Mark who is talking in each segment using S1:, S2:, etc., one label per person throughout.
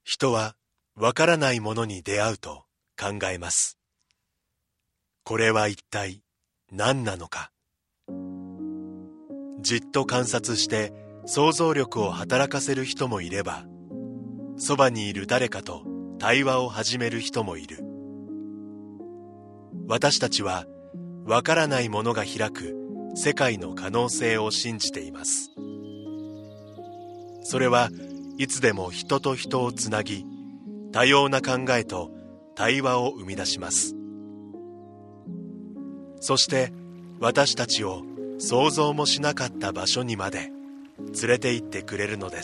S1: 人はわからないものに出会うと考えます。これは一体何なのか。じっと観察して想像力を働かせる人もいれば、そばにいる誰かと対話を始める人もいる。私たちはわからないものが開く世界の可能性を信じています。それはいつでも人と人をつなぎ、多様な考えと対話を生み出します。そして私たちを想像もしなかった場所にまで連れて行ってくれるのです。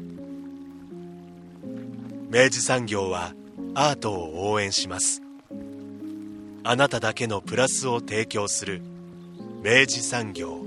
S1: 明治産業はアートを応援します。あなただけのプラスを提供する明治産業。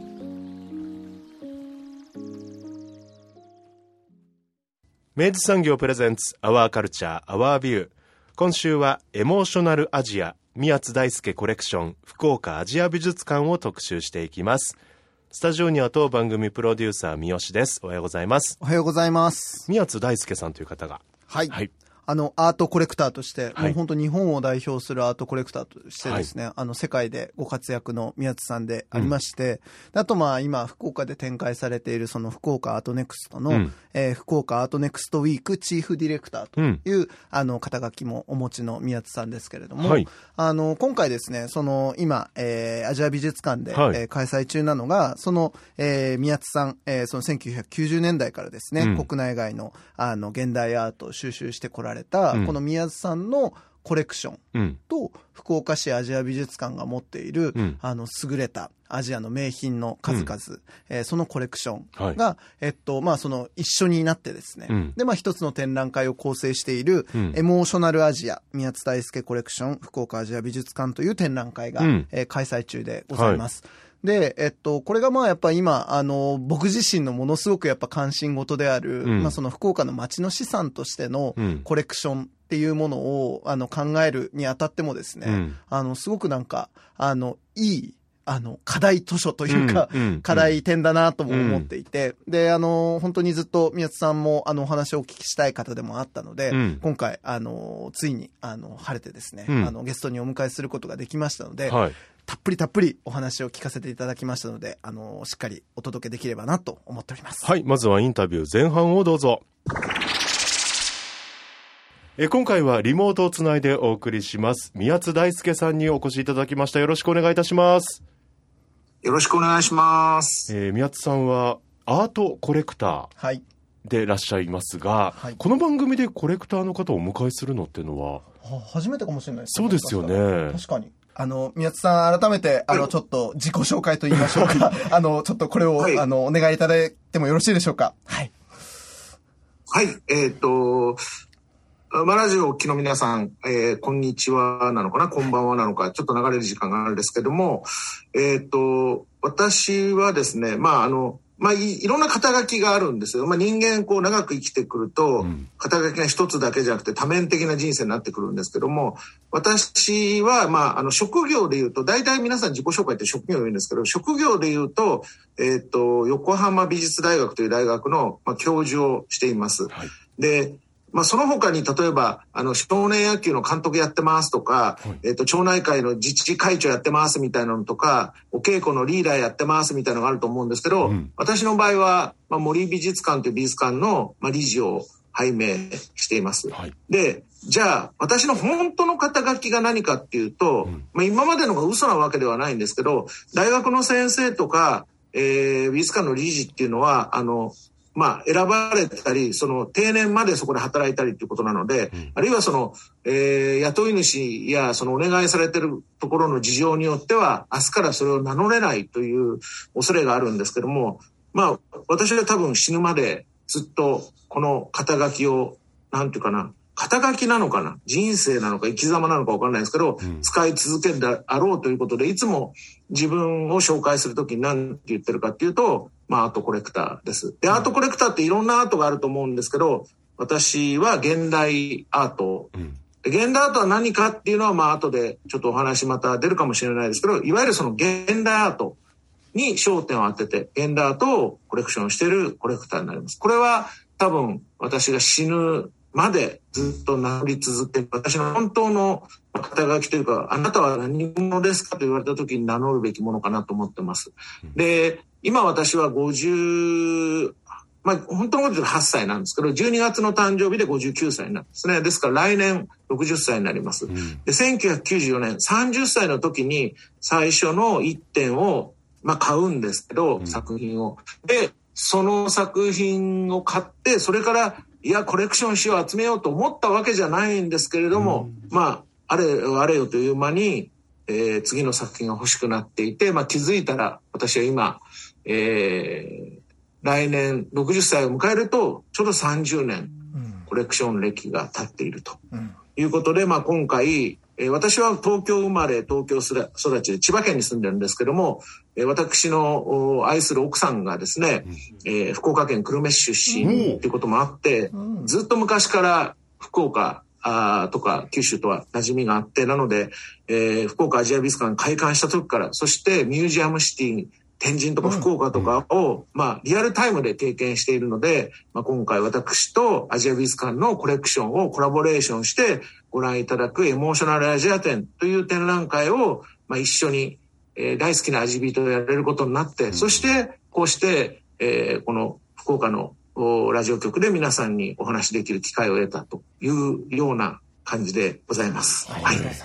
S1: 明治産業プレゼンツアワーカルチャーアワービュー。今週はエモーショナルアジア宮津大輔コレクション福岡アジア美術館を特集していきます。スタジオには当番組プロデューサー三好です。おはようございます。
S2: おはようございます。
S1: 宮津大輔さんという方が、
S2: はい、アートコレクターとして、もう本当日本を代表するアートコレクターとしてですね、世界でご活躍の宮津さんでありまして、あと今福岡で展開されているその福岡アートネクストの、福岡アートネクストウィークチーフディレクターという、肩書きもお持ちの宮津さんですけれども、今回ですね、その今、アジア美術館で、開催中なのがその、宮津さん、その1990年代からですね、国内外の現代アートを収集してこられた、この宮津さんのコレクションと、福岡市アジア美術館が持っている、優れたアジアの名品の数々、そのコレクションが、その一緒になってですね、で一つの展覧会を構成している、エモーショナルアジア宮津大輔コレクション福岡アジア美術館という展覧会が、開催中でございます。で、これがやっぱ今、僕自身のものすごくやっぱ関心事である、その福岡の街の資産としてのコレクションっていうものを、考えるにあたってもですね、すごくいい、課題図書というか、課題展だなとも思っていて、で、本当にずっと宮津さんも、お話をお聞きしたい方でもあったので、今回、ついに、晴れてですね、ゲストにお迎えすることができましたので、たっぷりお話を聞かせていただきましたので、しっかりお届けできればなと思っております。
S1: はい、まずはインタビュー前半をどうぞ。今回はリモートをつないでお送りします。宮津大輔さんにお越しいただきました。よろしくお願いいたします。
S3: よろしくお願いします。
S1: 宮津さんはアートコレクターでいらっしゃいますが、この番組でコレクターの方をお迎えするのっていうのは
S2: 初めてかもしれないです
S1: ね。そうですよね。
S2: 確かに。宮津さん、改めて、ちょっと自己紹介と言いましょうか。ちょっとこれを、お願いいただいてもよろしいでしょうか。はい。
S3: はい。ラジオをお聞きの皆さん、こんにちはなのかな、こんばんはなのか、ちょっと流れる時間があるんですけども、私はですね、いろんな肩書きがあるんですよ。人間長く生きてくると、肩書きが一つだけじゃなくて多面的な人生になってくるんですけども、私は、職業で言うと、大体皆さん自己紹介って職業を言うんですけど、職業で言うと、横浜美術大学という大学の、教授をしています。で、その他に例えば、少年野球の監督やってますとか、町内会の自治会長やってますみたいなのとか、お稽古のリーダーやってますみたいなのがあると思うんですけど、私の場合は、森美術館という美術館の、理事を拝命しています。で、じゃあ、私の本当の肩書きが何かっていうと、今までのが嘘なわけではないんですけど、大学の先生とか、美術館の理事っていうのは、選ばれたり、定年までそこで働いたりということなので、あるいは雇い主やお願いされているところの事情によっては、明日からそれを名乗れないという恐れがあるんですけども、私は多分死ぬまでずっとこの肩書きを、肩書きなのかな、人生なのか生き様なのか分からないですけど、使い続けるであろうということで、いつも自分を紹介するときに何て言ってるかっていうと、アートコレクターです。で、アートコレクターっていろんなアートがあると思うんですけど、私は現代アート。現代アートは何かっていうのは、後でちょっとお話また出るかもしれないですけど、いわゆる現代アートに焦点を当てて、現代アートをコレクションしているコレクターになります。これは多分私が死ぬまでずっと名乗り続ける、私の本当の肩書きというか、あなたは何者ですかと言われた時に名乗るべきものかなと思ってます。で、今私は本当のことで8歳なんですけど、12月の誕生日で59歳なんですね。ですから来年60歳になります。で、1994年、30歳の時に最初の1点を、買うんですけど、作品を。で、その作品を買って、それから、コレクションしよう、集めようと思ったわけじゃないんですけれども、あれよという間に、次の作品が欲しくなっていて、気づいたら、私は今、来年60歳を迎えると、ちょうど30年、コレクション歴が経っているということで、今回、私は東京生まれ、東京育ちで千葉県に住んでるんですけども、私の愛する奥さんがですね、福岡県久留米市出身ということもあって、ずっと昔から福岡とか九州とは馴染みがあって、なので、福岡アジア美術館開館した時から、そしてミュージアムシティ天神とか福岡とかを、リアルタイムで経験しているので、今回私とアジア美術館のコレクションをコラボレーションしてご覧いただくエモーショナルアジア展という展覧会を、一緒に、大好きなアジビとやれることになって、そしてこうして、この福岡のラジオ局で皆さんにお話しできる機会を得たというような感じでございます。
S1: ありがとうございます。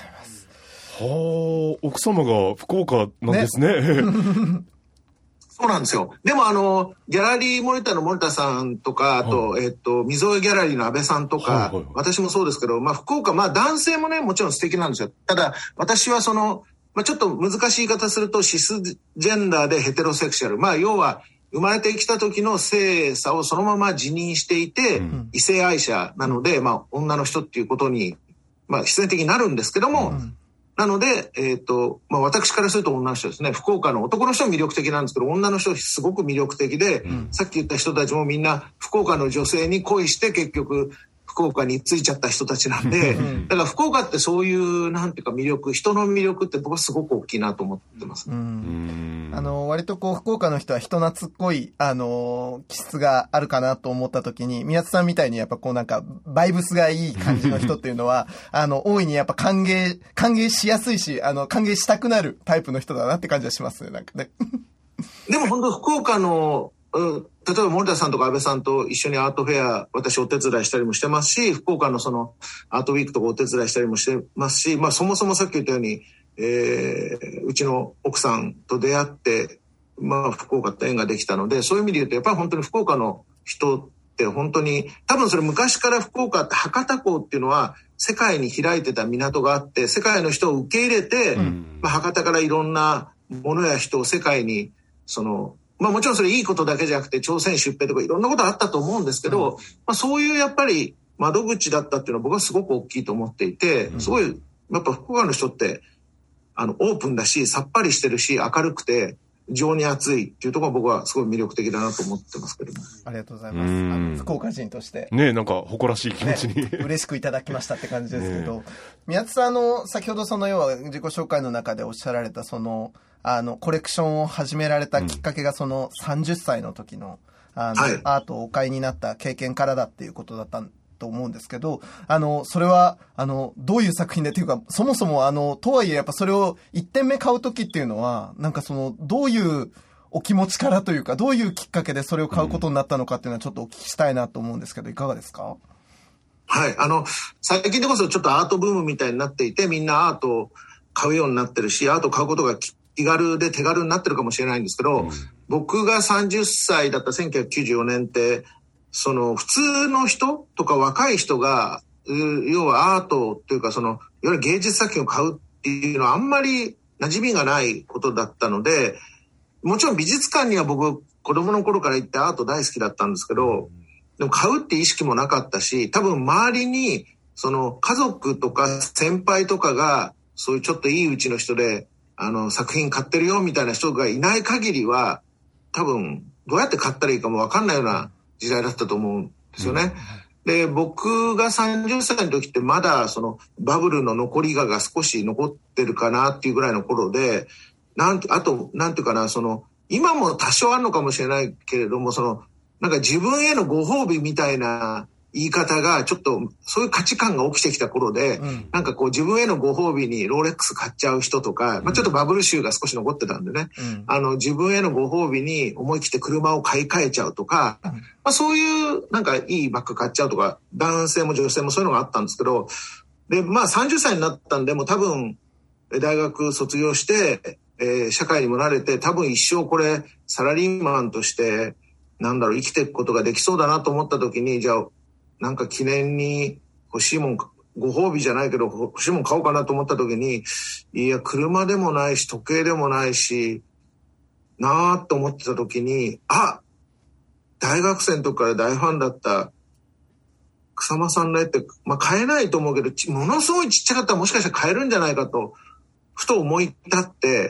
S1: 奥様が福岡なんですね。
S3: そうなんですよ。でもギャラリーモニターの森田さんとか、あと、溝江ギャラリーの安倍さんとか、私もそうですけど、福岡、男性もね、もちろん素敵なんですよ。ただ、私はちょっと難しい言い方すると、シスジェンダーでヘテロセクシャル。要は、生まれてきた時の性差をそのまま自認していて、異性愛者なので、女の人っていうことに、必然的になるんですけども、なので、私からすると女の人ですね。福岡の男の人は魅力的なんですけど、女の人はすごく魅力的で、さっき言った人たちもみんな福岡の女性に恋して結局福岡に着いちゃった人たちなんで、だから福岡ってそういうなんていうか魅力、人の魅力って僕はすごく大きいなと思ってます。
S2: 割と福岡の人は人懐っこい気質があるかなと思った時に、宮津さんみたいにやっぱバイブスがいい感じの人っていうのは大いにやっぱ歓迎しやすいし、歓迎したくなるタイプの人だなって感じはしますね、なんかね。
S3: でも本当福岡の例えば森田さんとか安倍さんと一緒にアートフェア私お手伝いしたりもしてますし、福岡のそのアートウィークとかお手伝いしたりもしてますし、そもそもさっき言ったように、うちの奥さんと出会って福岡と縁ができたので、そういう意味で言うとやっぱり本当に福岡の人って本当に多分それ昔から福岡って博多港っていうのは世界に開いてた港があって、世界の人を受け入れて、博多からいろんなものや人を世界にもちろんそれいいことだけじゃなくて朝鮮出兵とかいろんなことあったと思うんですけど、そういうやっぱり窓口だったっていうのは僕はすごく大きいと思っていて、すごいやっぱ福岡の人ってオープンだしさっぱりしてるし明るくて情に熱いっていうところが僕はすごい魅力的だなと思ってますけども。
S2: ありがとうございます。福岡人として
S1: ね、なんか誇らしい気持ちに、
S2: 嬉しくいただきましたって感じですけど、宮津さん先ほど要は自己紹介の中でおっしゃられたコレクションを始められたきっかけが30歳の時のアートをお買いになった経験からだっていうことだったと思うんですけど、それはどういう作品でっていうか、そもそもとはいえやっぱそれを1点目買う時っていうのはなんかどういうお気持ちからというか、どういうきっかけでそれを買うことになったのかっていうのはちょっとお聞きしたいなと思うんですけど、いかがですか？
S3: はい、最近でこそちょっとアートブームみたいになっていて、みんなアートを買うようになってるし、アートを買うことが気軽で手軽になってるかもしれないんですけど、僕が30歳だった1994年って普通の人とか若い人が要はアートというかいわゆる芸術作品を買うっていうのはあんまり馴染みがないことだったので、もちろん美術館には僕子供の頃から行ってアート大好きだったんですけど、でも買うって意識もなかったし、多分周りに家族とか先輩とかがそういうちょっといいうちの人で作品買ってるよみたいな人がいない限りは多分どうやって買ったらいいかも分かんないような時代だったと思うんですよね。で、僕が30歳の時ってまだバブルの残りが少し残ってるかなっていうぐらいの頃で、あとなんていうかな、今も多少あるのかもしれないけれども、 なんか自分へのご褒美みたいな言い方がちょっとそういう価値観が起きてきた頃で、なんかこう自分へのご褒美にローレックス買っちゃう人とか、ちょっとバブル臭が少し残ってたんでね、自分へのご褒美に思い切って車を買い替えちゃうとか、そういうなんかいいバッグ買っちゃうとか、男性も女性もそういうのがあったんですけど、で30歳になったんでもう多分大学卒業して、社会にも慣れて多分一生これサラリーマンとして生きていくことができそうだなと思った時に、じゃあなんか記念に欲しいもん、ご褒美じゃないけど欲しいもん買おうかなと思った時に、いや車でもないし時計でもないしなーと思ってた時に、大学生の時から大ファンだった草間さんの絵って、買えないと思うけどものすごいちっちゃかったらもしかしたら買えるんじゃないかとふと思い立って、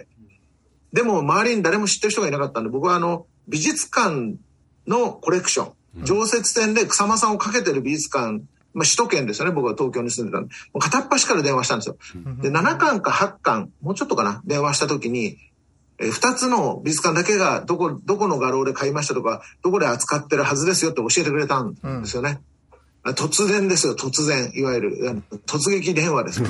S3: でも周りに誰も知ってる人がいなかったんで、僕は美術館のコレクション、常設展で草間さんをかけてる美術館、首都圏ですよね、僕は東京に住んでたんで、もう片っ端から電話したんですよ。で7巻か8巻もうちょっとかな、電話した時に2つの美術館だけがどこの画廊で買いましたとか、どこで扱ってるはずですよって教えてくれたんですよね。突然ですよ、突然、いわゆる突撃電話ですよ。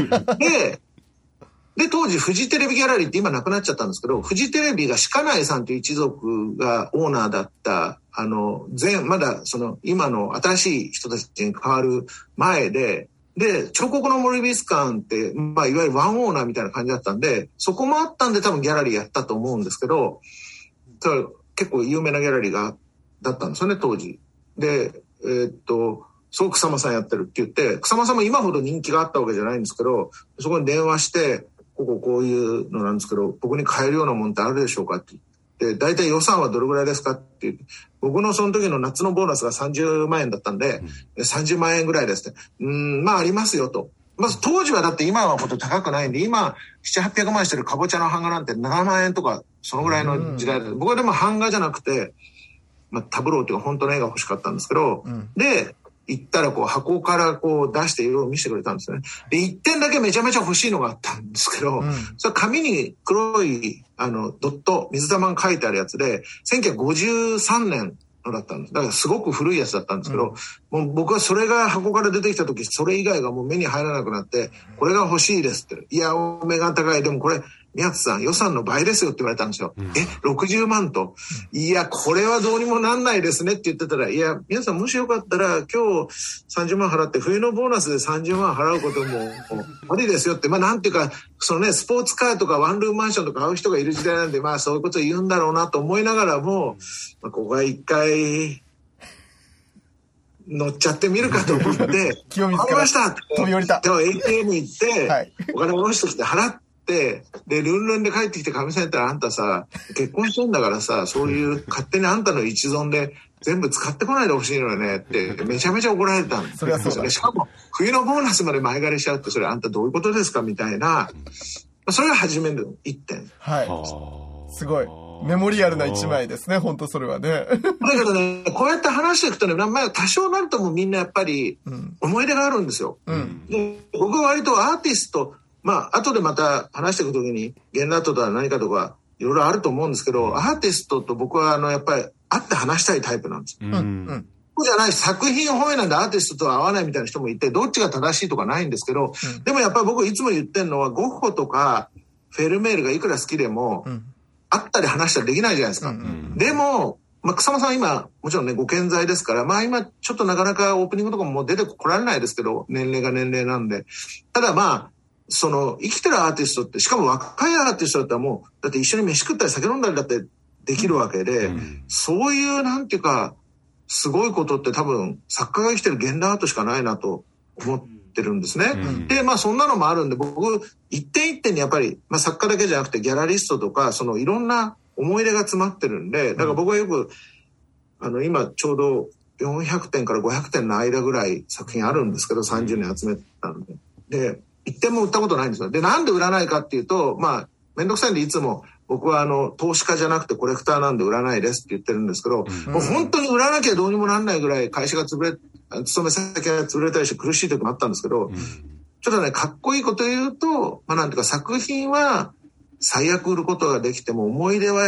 S3: で当時フジテレビギャラリーって今なくなっちゃったんですけど、フジテレビが鹿内さんという一族がオーナーだったまだその今の新しい人たちに変わる前で彫刻の森美術館って、いわゆるワンオーナーみたいな感じだったんで、そこもあったんで多分ギャラリーやったと思うんですけど、それ結構有名なギャラリーだったんですよね当時で。すごく草間さんやってるって言って、草間さんも今ほど人気があったわけじゃないんですけど、そこに電話してこういうのなんですけど、僕に買えるようなもんってあるでしょうかって言って、大体予算はどれぐらいですかって言って、僕のその時の夏のボーナスが30万円だったんで、30万円ぐらいですって、ありますよと。まず当時はだって今はもっと高くないんで、今7、800万してるかぼちゃの版画なんて7万円とかそのぐらいの時代で、僕はでも版画じゃなくて、タブローっていうか本当の絵が欲しかったんですけど、で行ったら箱から出して色を見せてくれたんですね。で1点だけめちゃめちゃ欲しいのがあったんですけど、それ紙に黒いドット水玉が書いてあるやつで1953年のだったんです。だからすごく古いやつだったんですけど、もう僕はそれが箱から出てきた時、それ以外がもう目に入らなくなって、これが欲しいですって。いやお目が高い、でもこれ宮津さん予算の倍ですよって言われたんですよ。60万と。いやこれはどうにもなんないですねって言ってたら、いや皆さんもしよかったら今日30万払って冬のボーナスで30万払うこともありですよって、なんていうかそのね、スポーツカーとかワンルームマンションとか買う人がいる時代なんで、そういうことを言うんだろうなと思いながらも、ここは一回乗っちゃってみるかと思って
S2: 清水
S3: 買いましたって
S2: 飛び降りた。
S3: でも ATM 行って、お金下ろしてきて払って、でルンルンで帰ってきてかみさんやったら、あんたさ結婚してんだからさ、そういう勝手にあんたの一存で全部使ってこないでほしいのよねってめちゃめちゃ怒られたんですよね。しかも冬のボーナスまで前借りしちゃうって、それあんたどういうことですかみたいな、それが初めの一点。
S2: すごいメモリアルな一枚ですね、本当それはね。だ
S3: けどね、こうやって話していくとね、多少なるともみんなやっぱり思い出があるんですよ。で僕は割とアーティスト、後でまた話していくときにゲンラットとは何かとかいろいろあると思うんですけど、アーティストと僕はやっぱり会って話したいタイプなんですよ。そうじゃない作品を褒めなんでアーティストとは合わないみたいな人もいて、どっちが正しいとかないんですけど、でもやっぱり僕いつも言ってるのは、ゴッホとかフェルメールがいくら好きでも、会ったり話したりできないじゃないですか。でも、草間さん今もちろんねご健在ですから、今ちょっとなかなかオープニングとかももう出てこられないですけど、年齢が年齢なんで、ただその生きてるアーティストって、しかも若いアーティストだったらもうだって一緒に飯食ったり酒飲んだりだってできるわけで、そういうなんていうかすごいことって多分作家が生きてる現代アートしかないなと思ってるんですね。でそんなのもあるんで、僕一点一点にやっぱり、作家だけじゃなくてギャラリストとかそのいろんな思い出が詰まってるんで、だから僕はよく今ちょうど400点から500点の間ぐらい作品あるんですけど、30年集めたんで、一点も売ったことないんですよ。でなんで売らないかっていうと、めんどくさいんでいつも僕は投資家じゃなくてコレクターなんで売らないですって言ってるんですけど、もう本当に売らなきゃどうにもなんないぐらい会社が勤め先が潰れたりして苦しい時もあったんですけど、ちょっとねかっこいいこと言うと、なんていうか作品は最悪売ることができても思い出はやっ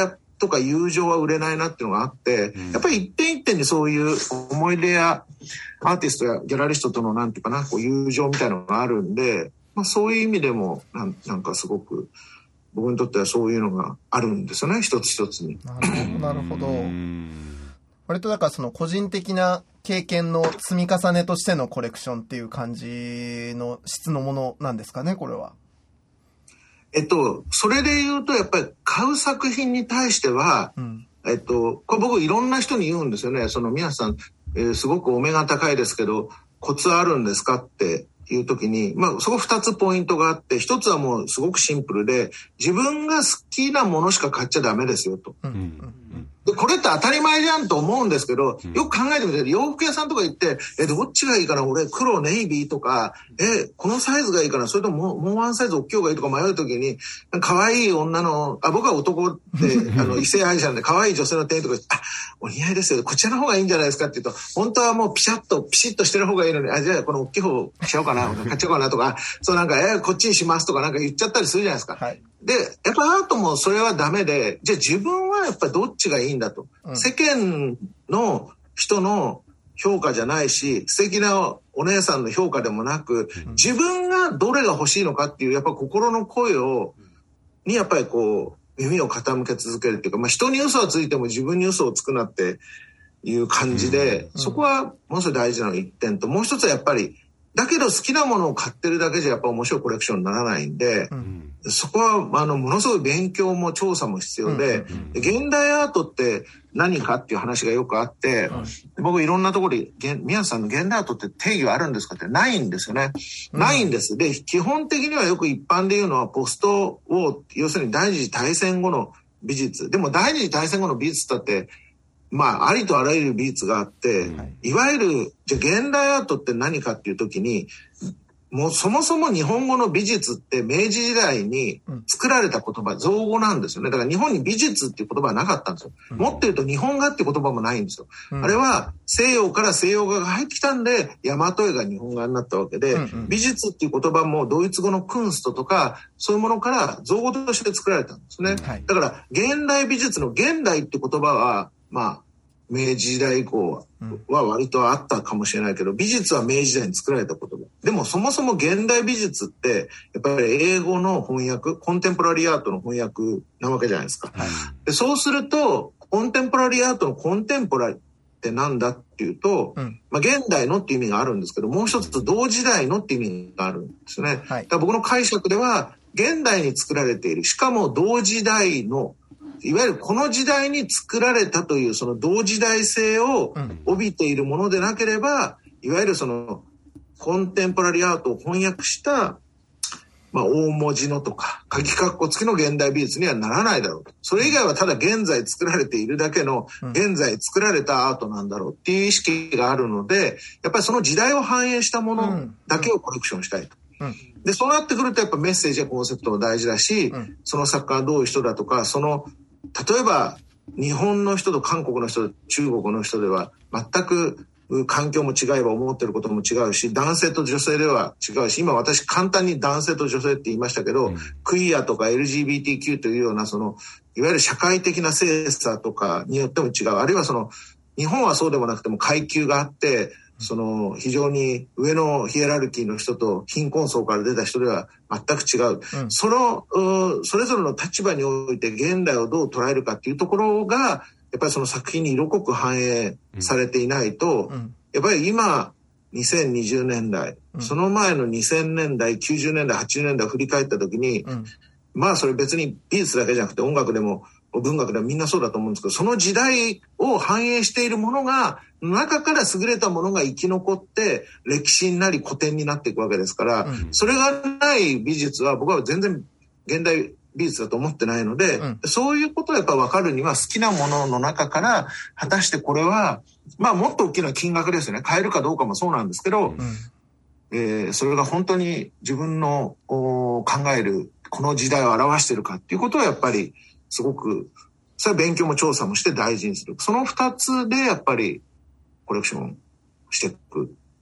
S3: とか友情は売れないなっていうのがあって、やっぱり一点一点にそういう思い出やアーティストやギャラリストとのなんていうかな、こう友情みたいなのがあるんで、そういう意味でもなんかすごく僕にとってはそういうのがあるんですよね、一つ一つに。
S2: なるほど。割とだからその個人的な経験の積み重ねとしてのコレクションっていう感じの質のものなんですかね、これは。
S3: それで言うとやっぱり買う作品に対しては、これ僕いろんな人に言うんですよね。宮津さん、すごくお目が高いですけどコツあるんですかっていう時に、そこ2つポイントがあって、1つはもうすごくシンプルで、自分が好きなものしか買っちゃダメですよと。でこれって当たり前じゃんと思うんですけど、よく考えてみて、洋服屋さんとか行って、どっちがいいかな、俺黒ネイビーとか、このサイズがいいかな、それとももうワンサイズ大きい方がいいとか迷うときに、可愛い女の、僕は男で異性愛者なんで可愛い女性の店員とか、お似合いですよ、こちらの方がいいんじゃないですかって言うと、本当はもうピシッとしてる方がいいのに、じゃあこの大きい方しようかな、買っちゃおうかなとか、そうなんかこっちにしますとかなんか言っちゃったりするじゃないですか。はい。で、やっぱアートもそれはダメで、じゃあ自分はやっぱりどっちがいいんだと。世間の人の評価じゃないし、素敵なお姉さんの評価でもなく、自分がどれが欲しいのかっていう、やっぱ心の声にやっぱりこう、耳を傾け続けるっていうか、人に嘘はついても自分に嘘をつくなっていう感じで、そこはものすごい大事なの一点と、もう一つはやっぱり、だけど好きなものを買ってるだけじゃやっぱ面白いコレクションにならないんで、そこはものすごい勉強も調査も必要で、現代アートって何かっていう話がよくあって、僕いろんなところで宮津さんの現代アートって定義はあるんですかってないんですよね。ないんです。で、基本的にはよく一般で言うのはポストウォー、要するに第二次大戦後の美術。でも第二次大戦後の美術だってありとあらゆる美術があって、いわゆる、じゃあ現代アートって何かっていう時に、もうそもそも日本語の美術って明治時代に作られた言葉、造語なんですよね。だから日本に美術っていう言葉はなかったんですよ。もっと言うと日本画っていう言葉もないんですよ。あれは西洋から西洋画が入ってきたんで、大和絵が日本画になったわけで、美術っていう言葉もドイツ語のクンストとか、そういうものから造語として作られたんですね。だから現代美術の現代って言葉は、明治時代以降は割とあったかもしれないけど、美術は明治時代に作られた言葉。でもそもそも現代美術ってやっぱり英語の翻訳、コンテンポラリーアートの翻訳なわけじゃないですか。でそうするとコンテンポラリーアートのコンテンポラリーってなんだっていうと、現代のっていう意味があるんですけど、もう一つ同時代のっていう意味があるんですね。だから僕の解釈では現代に作られている、しかも同時代の、いわゆるこの時代に作られたというその同時代性を帯びているものでなければ、いわゆるそのコンテンポラリーアートを翻訳した大文字のとか鍵括弧付きの現代美術にはならないだろうと。それ以外はただ現在作られているだけの現在作られたアートなんだろうっていう意識があるので、やっぱりその時代を反映したものだけをコレクションしたいと。でそうなってくるとやっぱメッセージやコンセプトも大事だし、その作家はどういう人だとか、例えば日本の人と韓国の人、中国の人では全く環境も違えば思ってることも違うし、男性と女性では違うし、今私簡単に男性と女性って言いましたけど、クイアとか LGBTQ というようないわゆる社会的な性差とかによっても違う。あるいは日本はそうでもなくても階級があって、非常に上のヒエラルキーの人と貧困層から出た人では全く違う。それぞれの立場において現代をどう捉えるかっていうところが、やっぱりその作品に色濃く反映されていないと、やっぱり今、2020年代、その前の2000年代、90年代、80年代を振り返った時に、それ別に美術だけじゃなくて音楽でも文学でもみんなそうだと思うんですけど、その時代を反映しているものが、中から優れたものが生き残って歴史になり古典になっていくわけですから、それがない美術は僕は全然現代美術だと思ってないので、そういうことをやっぱ分かるには好きなものの中から果たしてこれはもっと大きな金額ですよね。買えるかどうかもそうなんですけど、それが本当に自分の考えるこの時代を表しているかっていうことはやっぱりすごく、それは勉強も調査もして大事にする。その2つでやっぱりコレクションしていくっ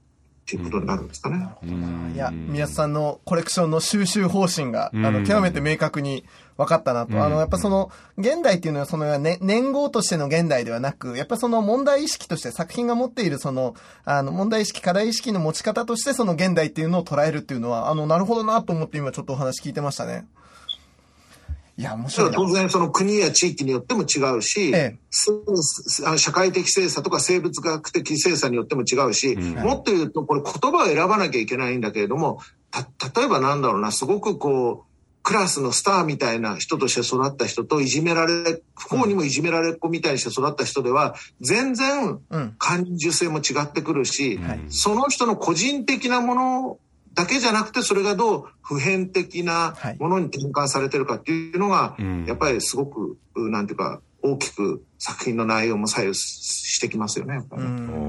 S3: っていうことになるんですかね。
S2: いや、宮津さんのコレクションの収集方針が、極めて明確に分かったなと。やっぱその、現代っていうのはその、年号としての現代ではなく、やっぱその問題意識として作品が持っているその、問題意識、課題意識の持ち方としてその現代っていうのを捉えるっていうのは、なるほどなと思って今ちょっとお話聞いてましたね。いや、面白いな。
S3: 当然その国や地域によっても違うし、社会的性差とか生物学的性差によっても違うし、もっと言うとこれ言葉を選ばなきゃいけないんだけれども、例えばなんだろうな、すごくこう、クラスのスターみたいな人として育った人と不幸にもいじめられっ子みたいにして育った人では、全然感受性も違ってくるし、その人の個人的なものだけじゃなくて、それがどう普遍的なものに転換されてるかっていうのが、やっぱりすごく、なんていうか、大きく作品の内容も左右してきますよね、やっぱり。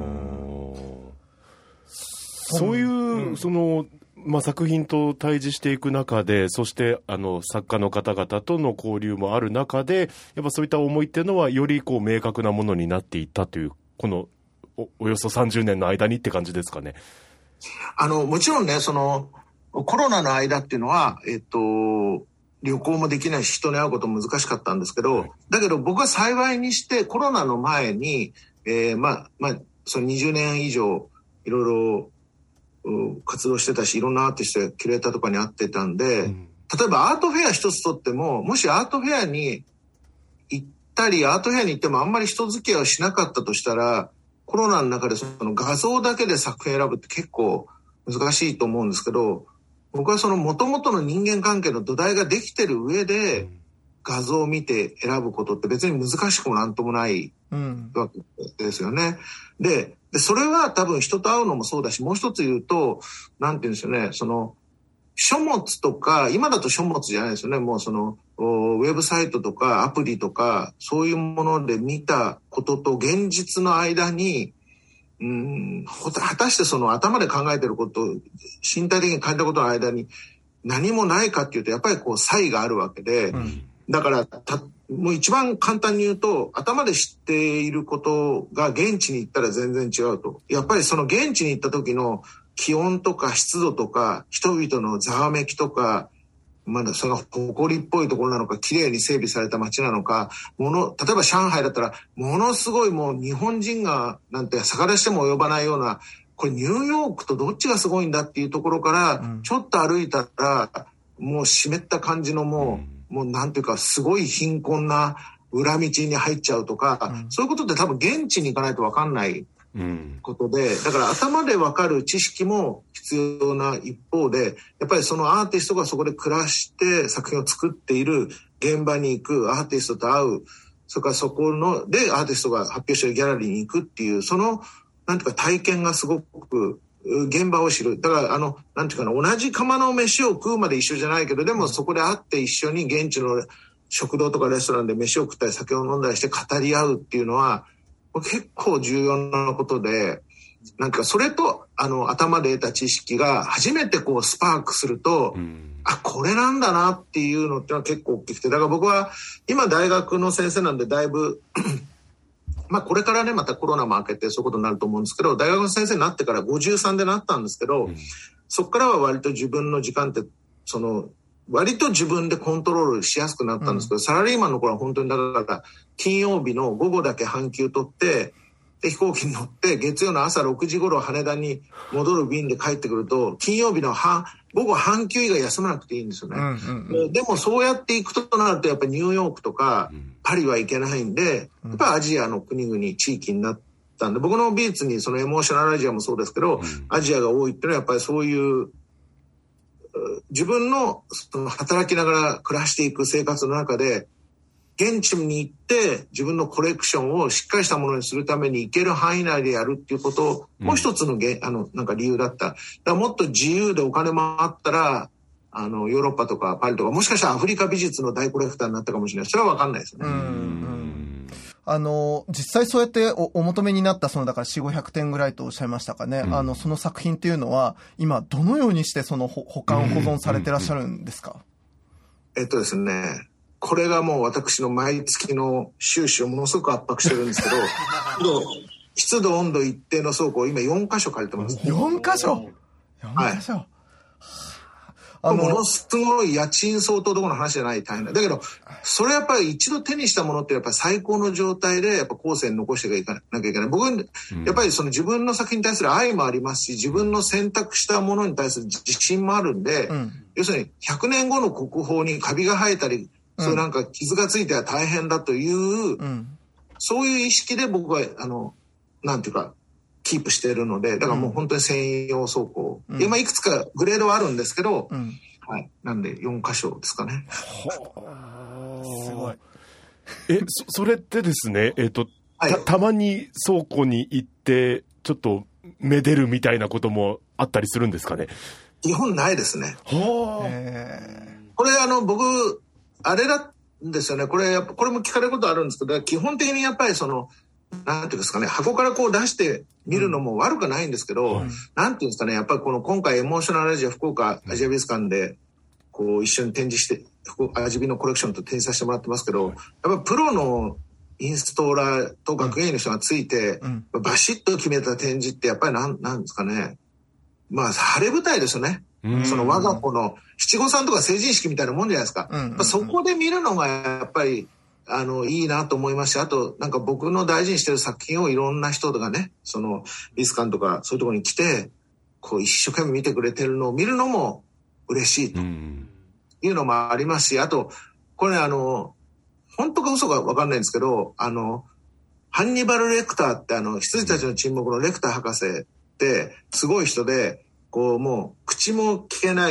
S1: そういう、その、作品と対峙していく中で、そして作家の方々との交流もある中で、やっぱそういった思いっていうのはよりこう明確なものになっていったという、この およそ30年の間にって感じですかね。
S3: もちろんね、そのコロナの間っていうのは、旅行もできないし人に会うことも難しかったんですけど、だけど僕は幸いにしてコロナの前に、その20年以上いろいろ活動してたし、いろんなアーティストやキュレーターとかに会ってたんで、例えばアートフェア一つとっても、もしアートフェアに行ったり、アートフェアに行ってもあんまり人付き合いをしなかったとしたら、コロナの中でその画像だけで作品選ぶって結構難しいと思うんですけど、僕はその元々の人間関係の土台ができてる上で画像を見て選ぶことって別に難しくもなんともないわけですよね。で、それは多分人と会うのもそうだし、もう一つ言うと、なんて言うんですよね、その書物とか、今だと書物じゃないですよね、もうそのウェブサイトとかアプリとかそういうもので見たことと現実の間に果たしてその頭で考えてること身体的に感じたことの間に何もないかっていうと、やっぱりこう差異があるわけで、だからもう一番簡単に言うと、頭で知っていることが現地に行ったら全然違うと。やっぱりその現地に行った時の気温とか湿度とか人々のざわめきとか、まだその埃っぽいところなのか、綺麗に整備された街なのか、例えば上海だったらものすごいもう日本人がなんて逆らしても及ばないような、これニューヨークとどっちがすごいんだっていうところからちょっと歩いたらもう湿った感じのもうなんていうかすごい貧困な裏道に入っちゃうとか、そういうことって多分現地に行かないと分かんないことで、だから頭で分かる知識も必要な一方で、やっぱりそのアーティストがそこで暮らして作品を作っている現場に行く、アーティストと会う、それからそこのでアーティストが発表しているギャラリーに行くっていう、そのなんていうか体験がすごく現場を知る。だからなんていうかな、同じ釜の飯を食うまで一緒じゃないけど、でもそこで会って一緒に現地の食堂とかレストランで飯を食ったり酒を飲んだりして語り合うっていうのは結構重要なことで、なんかそれと頭で得た知識が初めてこうスパークすると、これなんだなっていうのってのは結構大きくて、だから僕は今大学の先生なんでだいぶこれからね、またコロナも明けてそういうことになると思うんですけど、大学の先生になってから53でなったんですけど、そこからは割と自分の時間って割と自分でコントロールしやすくなったんですけど、サラリーマンの頃は本当にだから金曜日の午後だけ半休取ってで飛行機に乗って月曜の朝6時頃羽田に戻る便で帰ってくると、金曜日の午後半休以外休まなくていいんですよね。でもそうやっていくとなるとやっぱりニューヨークとかパリは行けないんで、やっぱりアジアの国々地域になったんで、僕の美術にそのエモーショナルアジアもそうですけど、アジアが多いっていうのはやっぱりそういう自分のその働きながら暮らしていく生活の中で現地に行って自分のコレクションをしっかりしたものにするために行ける範囲内でやるっていうことをもう一つのなんか理由だった。だからもっと自由でお金もあったらヨーロッパとかパリとか、もしかしたらアフリカ美術の大コレクターになったかもしれない。それは分かんないですよね。
S2: 実際そうやってお求めになっただから4、500点ぐらいとおっしゃいましたかね。その作品っていうのは今どのようにしてその保管保存されてらっしゃるんですか？
S3: ですね、これがもう私の毎月の収支をものすごく圧迫してるんですけど湿度温度一定の倉庫を今4カ所借りてます。
S2: 4カ所 ?4 カ所、はい
S3: ものすごい家賃相当どころの話じゃない大変だ。だけど、それやっぱり一度手にしたものってやっぱり最高の状態でやっぱ後世に残していかなきゃいけない。僕、やっぱりその自分の作品に対する愛もありますし、自分の選択したものに対する自信もあるんで、要するに100年後の国宝にカビが生えたり、そういうなんか傷がついては大変だという、そういう意識で僕は、なんていうか、キープしているので、だからもう本当に専用倉庫。今いくつかグレードはあるんですけど、はい。なんで4箇所ですかね。
S2: すごい。
S1: それってですね、たまに倉庫に行って、ちょっとめでるみたいなこともあったりするんですかね。
S3: 基本ないですね。これ僕、あれなんですよね。これも聞かれることあるんですけど、基本的にやっぱりなんていうんですかね、箱からこう出して見るのも悪くないんですけど、なんていうんですかね、やっぱり今回エモーショナルアジア福岡アジア美術館でこう一緒に展示して、アジビのコレクションと展示させてもらってますけど、やっぱプロのインストーラーと学芸員の人がついて、バシッと決めた展示ってやっぱりなんですかね、まあ晴れ舞台ですよね。その我が子の七五三とか成人式みたいなもんじゃないですか。そこで見るのがやっぱりいいなと思いますし、あと、なんか僕の大事にしてる作品をいろんな人がね、美術館とかそういうところに来て、こう一生懸命見てくれてるのを見るのも嬉しいというのもありますし、あと、これ本当か嘘かわかんないんですけど、ハンニバル・レクターって羊たちの沈黙のレクター博士ってすごい人で、こうもう口も聞けない、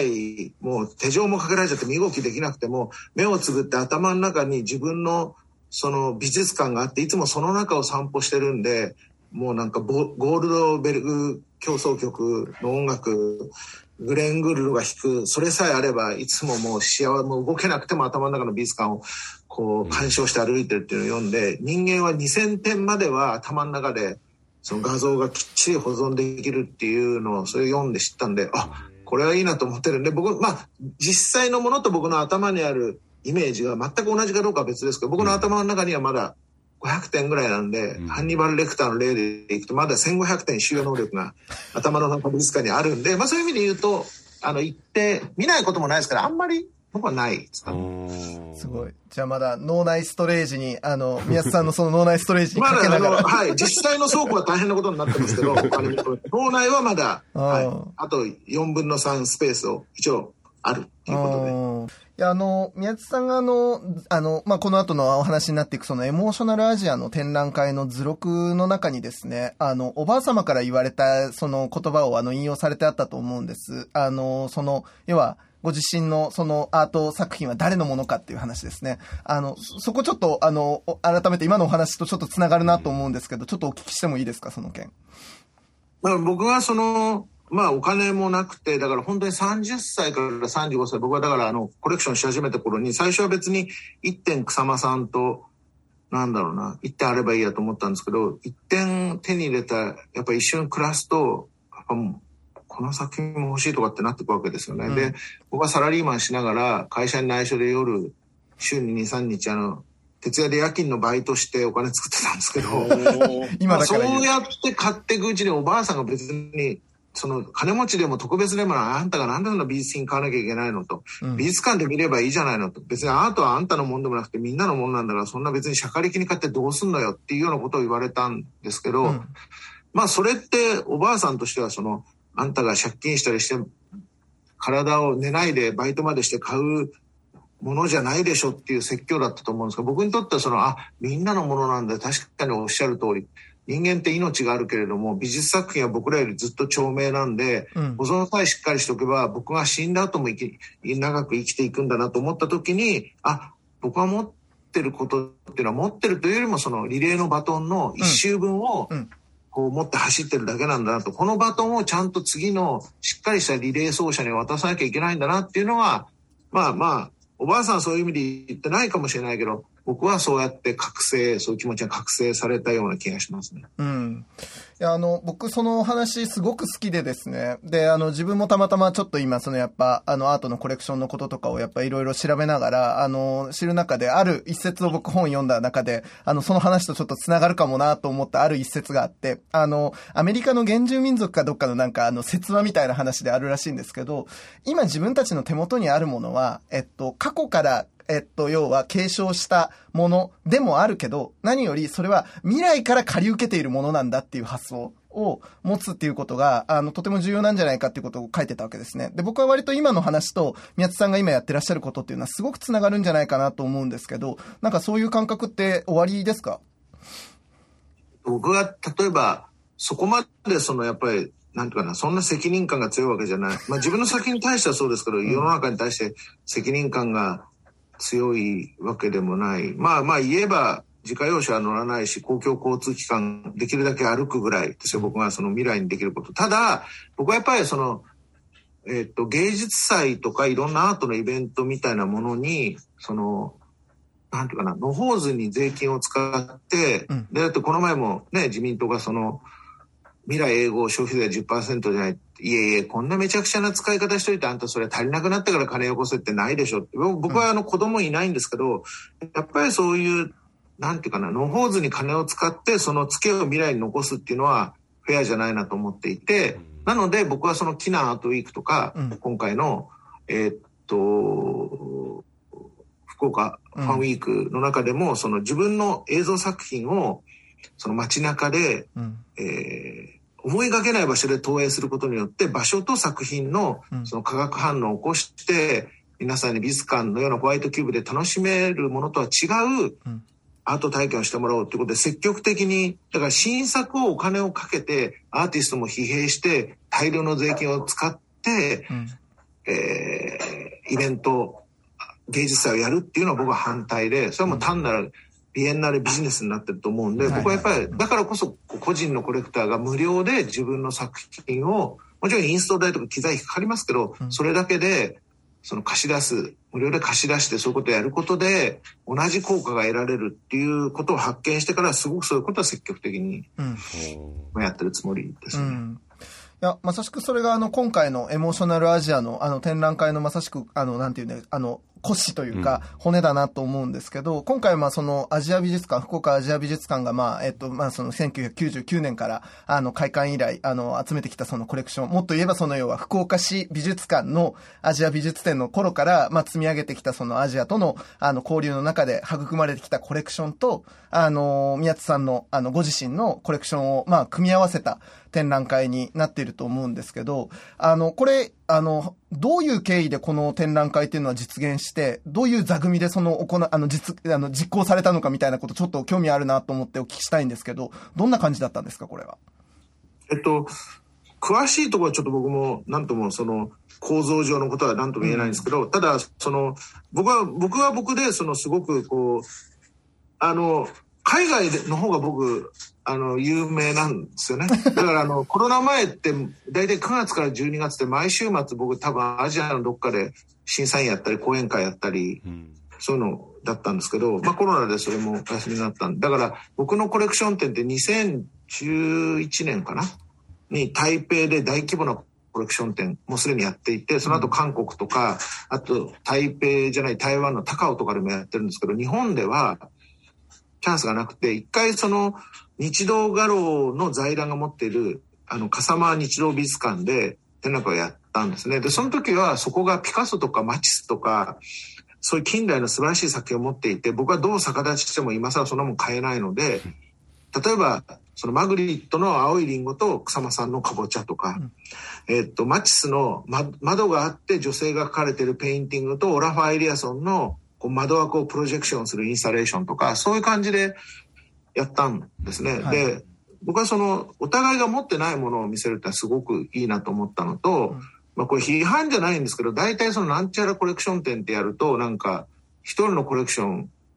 S3: もう手錠もかけられちゃって身動きできなくても、目をつぶって頭の中に自分のその美術館があって、いつもその中を散歩してるんで、もうなんかゴールドベルグ協奏曲の音楽、グレン・グルルが弾く、それさえあればいつももうもう動けなくても頭の中の美術館をこう鑑賞して歩いてるっていうのを読んで、人間は2000点までは頭の中でその画像がきっちり保存できるっていうのをそれを読んで知ったんで、これはいいなと思ってるんで、僕、実際のものと僕の頭にあるイメージが全く同じかどうかは別ですけど、僕の頭の中にはまだ500点ぐらいなんで、ハンニバル・レクターの例でいくとまだ1500点収容能力が頭の中美術館にあるんで、そういう意味で言うと、行って見ないこともないですから、あんまり僕はないですかね。
S2: すごい。じゃあまだ脳内ストレージに、宮津さんのその脳内ストレージにかけながら。
S3: はい。実際の倉庫は大変なことになってますけど、脳内はまだ、あと4分の3スペースを一応あるっていうことで。
S2: いや、宮津さんがこの後のお話になっていくそのエモーショナルアジアの展覧会の図録の中にですね、おばあ様から言われたその言葉を引用されてあったと思うんです。要は、ご自身のそのアート作品は誰のものかっていう話ですね。そこちょっと改めて今のお話とちょっとつながるなと思うんですけど、ちょっとお聞きしてもいいですか、その件。
S3: 僕はお金もなくて、だから本当に30歳から35歳、僕はだからコレクションし始めた頃に、最初は別に1点草間さんと、1点あればいいやと思ったんですけど、1点手に入れた、やっぱり一瞬暮らすと、やっぱもう、この作品も欲しいとかってなってくわけですよね。で、僕はサラリーマンしながら、会社に内緒で夜、週に2、3日徹夜で夜勤のバイトしてお金作ってたんですけど、今だからそうやって買っていくうちにおばあさんが別に、金持ちでも特別でもあんたがなんでそんな美術品買わなきゃいけないのと、美術館で見ればいいじゃないのと、別にアートはあんたのもんでもなくてみんなのもんなんだから、そんな別に釈迦力に買ってどうすんのよっていうようなことを言われたんですけど、それっておばあさんとしてはあんたが借金したりして体を寝ないでバイトまでして買うものじゃないでしょっていう説教だったと思うんですけど、僕にとってはみんなのものなんで、確かにおっしゃる通り、人間って命があるけれども、美術作品は僕らよりずっと長命なんで、保存さえしっかりしておけば、僕が死んだ後も長く生きていくんだなと思った時に、僕は持ってることっていうのは、持ってるというよりもリレーのバトンの一周分をこう持って走ってるだけなんだなと、このバトンをちゃんと次のしっかりしたリレー走者に渡さなきゃいけないんだなっていうのは、おばあさんはそういう意味で言ってないかもしれないけど、 僕はそうやってそういう気持ちが覚醒されたような気がしますね。
S2: いや、僕その話すごく好きでですね。で、自分もたまたまちょっと今、やっぱ、アートのコレクションのこととかをやっぱいろいろ調べながら、知る中で、ある一節を僕本読んだ中で、その話とちょっと繋がるかもなと思ったある一節があって、アメリカの原住民族かどっかの説話みたいな話であるらしいんですけど、今自分たちの手元にあるものは、過去から、要は継承したものでもあるけど、何よりそれは未来から借り受けているものなんだっていう発想を持つっていうことが、とても重要なんじゃないかっていうことを書いてたわけですね。で、僕は割と今の話と宮津さんが今やってらっしゃることっていうのはすごくつながるんじゃないかなと思うんですけど、そういう感覚って終わりですか？
S3: 僕は例えばそこまでやっぱりなんていうかな、そんな責任感が強いわけじゃない。自分の先に対してはそうですけど、世の中に対して責任感が強いわけでもない。言えば自家用車は乗らないし、公共交通機関できるだけ歩くぐらいですよ、僕が未来にできること。ただ僕はやっぱり芸術祭とかいろんなアートのイベントみたいなものになんていうかな、野放図に税金を使って、でだってこの前もね、自民党が未来永劫消費税 10% じゃない、いえこんなめちゃくちゃな使い方しといて、あんたそれ足りなくなってから金よこせってないでしょって。僕は子供いないんですけど、やっぱりそういうなんていうかな、野放図に金を使ってそのツケを未来に残すっていうのはフェアじゃないなと思っていて、なので僕はキナアートウィークとか、今回の福岡ファンウィークの中でも、自分の映像作品を街中で、思いがけない場所で投影することによって場所と作品の化学反応を起こして、皆さんに美術館のようなホワイトキューブで楽しめるものとは違うアート体験をしてもらおうということで、積極的にだから新作をお金をかけてアーティストも疲弊して大量の税金を使って、イベント芸術祭をやるっていうのは僕は反対で、それはもう単なるビエンナーレビジネスになってると思うんで、僕はやっぱりだからこそ個人のコレクターが無料で自分の作品を、もちろんインスト代とか機材費かかりますけど、それだけで貸し出す、無料で貸し出してそういうことをやることで同じ効果が得られるっていうことを発見してから、すごくそういうことは積極的にやってるつもりですね。
S2: いや、まさしくそれが今回のエモーショナルアジアの展覧会のまさしくなんていうね、骨子というか骨だなと思うんですけど、今回アジア美術館、福岡アジア美術館が1999年から開館以来集めてきたコレクション、もっと言えば要は福岡市美術館のアジア美術展の頃から積み上げてきたアジアとの交流の中で育まれてきたコレクションと宮津さんのご自身のコレクションを組み合わせた展覧会になっていると思うんですけど、どういう経緯でこの展覧会っていうのは実現して、どういう座組で実行されたのかみたいなこと、ちょっと興味あるなと思ってお聞きしたいんですけど、どんな感じだったんですか、これは。
S3: 詳しいところはちょっと僕も何とも構造上のことは何とも言えないんですけど、ただ僕は僕ですごく海外の方が僕有名なんですよね。だからコロナ前って大体9月から12月って毎週末僕多分アジアのどっかで審査員やったり講演会やったり、そういうのだったんですけど、コロナでそれもお休みになったんで、だから僕のコレクション展って2011年かなに台北で大規模なコレクション展もうすでにやっていて、その後韓国とか、あと台湾の高雄とかでもやってるんですけど、日本ではチャンスがなくて、一回日動画廊の財団が持っている笠間日動美術館で展覧会をやったんですね。でその時はそこがピカソとかマチスとかそういう近代の素晴らしい作品を持っていて、僕はどう逆立ちしても今更そんなもん買えないので、例えばマグリットの青いリンゴと草間さんのかぼちゃとか、マチスの、窓があって女性が描かれているペインティングとオラファー・エリアソンの窓枠をプロジェクションするインスタレーションとか、そういう感じでやったんですね。はい、で僕はお互いが持ってないものを見せるってすごくいいなと思ったのと、これ批判じゃないんですけど、大体なんちゃらコレクション展ってやると、なんか一人のコレクション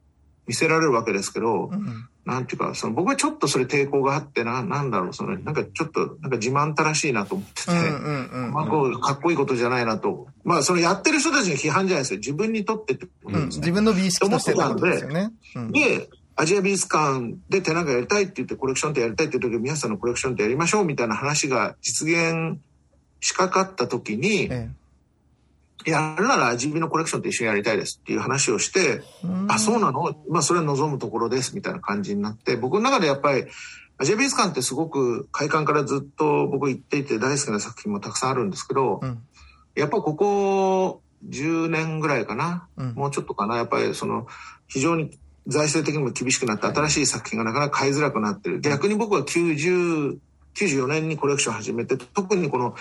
S3: 見せられるわけですけど、なんていうか、僕はちょっとそれ抵抗があって、なんだろう、なんかちょっと、なんか自慢たらしいなと思ってて、かっこいいことじゃないなと。まあ、やってる人たちの批判じゃないですよ。自分にとってってことですね。
S2: 自分の美意識としてってことですよね。
S3: で、アジア美術館で展覧会やりたいって言って、コレクション展やりたいって言う時、宮津さんのコレクション展やりましょうみたいな話が実現しかかった時に、やるならアジビのコレクションと一緒にやりたいですっていう話をして、あ、そうなの？まあそれは望むところですみたいな感じになって、僕の中でやっぱりアジア美術館ってすごく開館からずっと僕行っていて大好きな作品もたくさんあるんですけど、やっぱここ10年ぐらいかな、もうちょっとかな、やっぱり非常に財政的にも厳しくなって新しい作品がなかなか買いづらくなってる。逆に僕は94年にコレクションを始めて、特にこの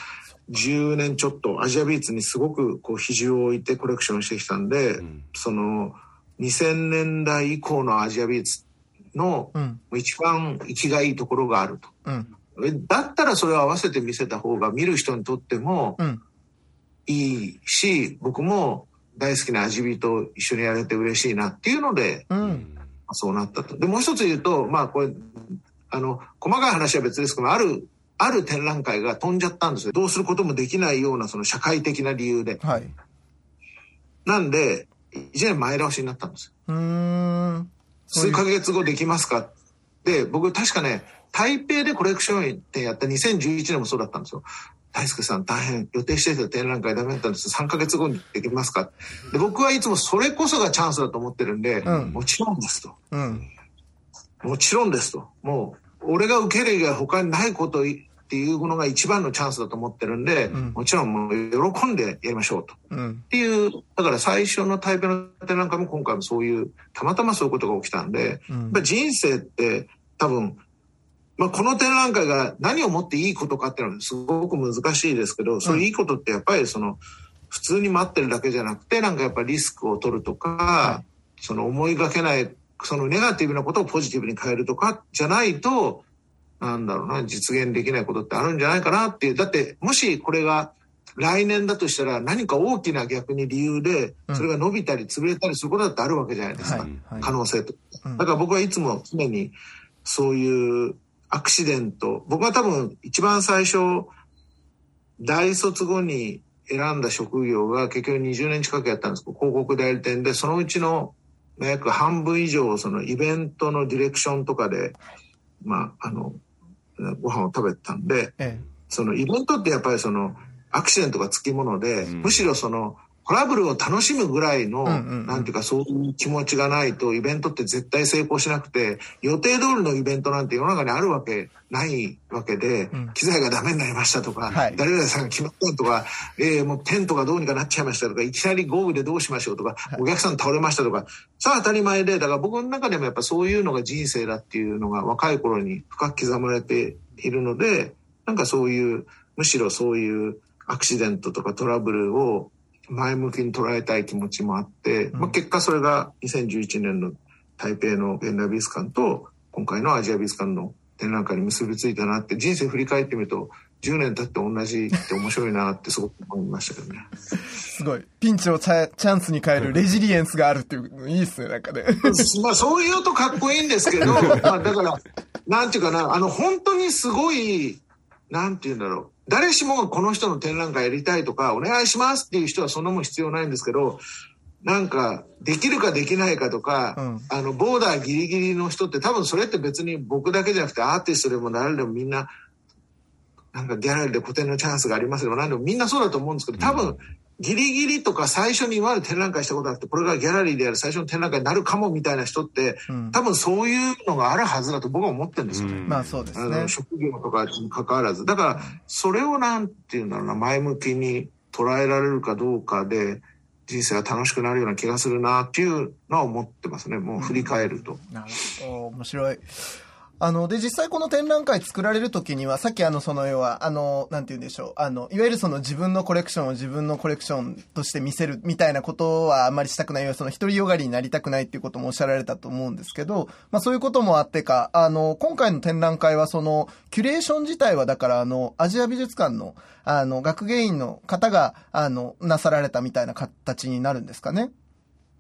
S3: 10年ちょっとアジア美術にすごく比重を置いてコレクションしてきたんで、2000年代以降のアジア美術の一番生きがいいところがあると。だったらそれを合わせて見せた方が見る人にとってもいいし、僕も大好きなアジビと一緒にやれて嬉しいなっていうので、そうなったと。で、もう一つ言うと、まあこれ、細かい話は別ですけど、ある展覧会が飛んじゃったんですよ。どうすることもできないような社会的な理由で。なんで、1年前倒しになったんですよ。数ヶ月後できますかで、僕確かね、台北でコレクション展やった2011年もそうだったんですよ。大輔さん大変予定していた展覧会ダメだったんです。3ヶ月後にできますかで、僕はいつもそれこそがチャンスだと思ってるんで、もちろんですと。もちろんですと。もう、俺が受ける以外他にないことっていうものが一番のチャンスだと思ってるんで、もちろんもう喜んでやりましょうと。っていう、だから最初の台北の展覧会も今回もそういう、たまたまそういうことが起きたんで、やっぱ人生って多分、まあこの展覧会が何をもっていいことかっていうのはすごく難しいですけど、そういういいことってやっぱり普通に待ってるだけじゃなくて、なんかやっぱりリスクを取るとか、思いがけない、ネガティブなことをポジティブに変えるとかじゃないと、なんだろうな、実現できないことってあるんじゃないかなっていう。だって、もしこれが来年だとしたら何か大きな逆に理由で、それが伸びたり潰れたりすることだってあるわけじゃないですか。可能性と。だから僕はいつも常にそういうアクシデント、僕は多分一番最初、大卒後に選んだ職業が結局20年近くやったんですけど、広告代理店で、そのうちの約半分以上イベントのディレクションとかで、まあ、ご飯を食べてたんで、イベントってやっぱりアクシデントがつきもので、むしろトラブルを楽しむぐらいの、なんていうかそういう気持ちがないとイベントって絶対成功しなくて、予定通りのイベントなんて世の中にあるわけないわけで、機材がダメになりましたとか、誰々さんが決まったとか、もうテントがどうにかなっちゃいましたとか、いきなり豪雨でどうしましょうとか、お客さん倒れましたとか、さあ当たり前で、だから僕の中でもやっぱそういうのが人生だっていうのが若い頃に深く刻まれているので、なんかそういう、むしろそういうアクシデントとかトラブルを前向きに捉えたい気持ちもあって、まあ、結果それが2011年の台北の現代美術館と今回のアジア美術館の展覧会に結びついたなって、人生振り返ってみると10年経って同じって面白いなってすごく思いましたけどね。
S2: すごい。ピンチをチャンスに変えるレジリエンスがあるっていうのいいですね、なんかね。
S3: まあそういうとかっこいいんですけど、まあだから、なんていうかな、本当にすごい、なんていうんだろう。誰しもがこの人の展覧会やりたいとか、お願いしますっていう人はそんなもん必要ないんですけど、なんか、できるかできないかとか、ボーダーギリギリの人って多分それって別に僕だけじゃなくてアーティストでも誰でもみんな、なんかギャラリーで個展のチャンスがありますけど、何でもみんなそうだと思うんですけど、多分、ギリギリとか最初に今まで展覧会したことなくて、これがギャラリーでやる最初の展覧会になるかもみたいな人って、多分そういうのがあるはずだと僕は思ってるんですよね。
S2: まあそうですね。
S3: 職業とかに関わらず。だから、それをなんていうんだろうな、前向きに捉えられるかどうかで、人生が楽しくなるような気がするなっていうのは思ってますね。もう振り返ると。
S2: なるほど。面白い。で、実際この展覧会作られるときには、さっき要は、なんて言うんでしょう。いわゆる自分のコレクションを自分のコレクションとして見せるみたいなことはあんまりしたくないよ。独りよがりになりたくないっていうこともおっしゃられたと思うんですけど、まあそういうこともあってか、今回の展覧会はキュレーション自体はだからアジア美術館の、学芸員の方が、なさられたみたいな形になるんですかね。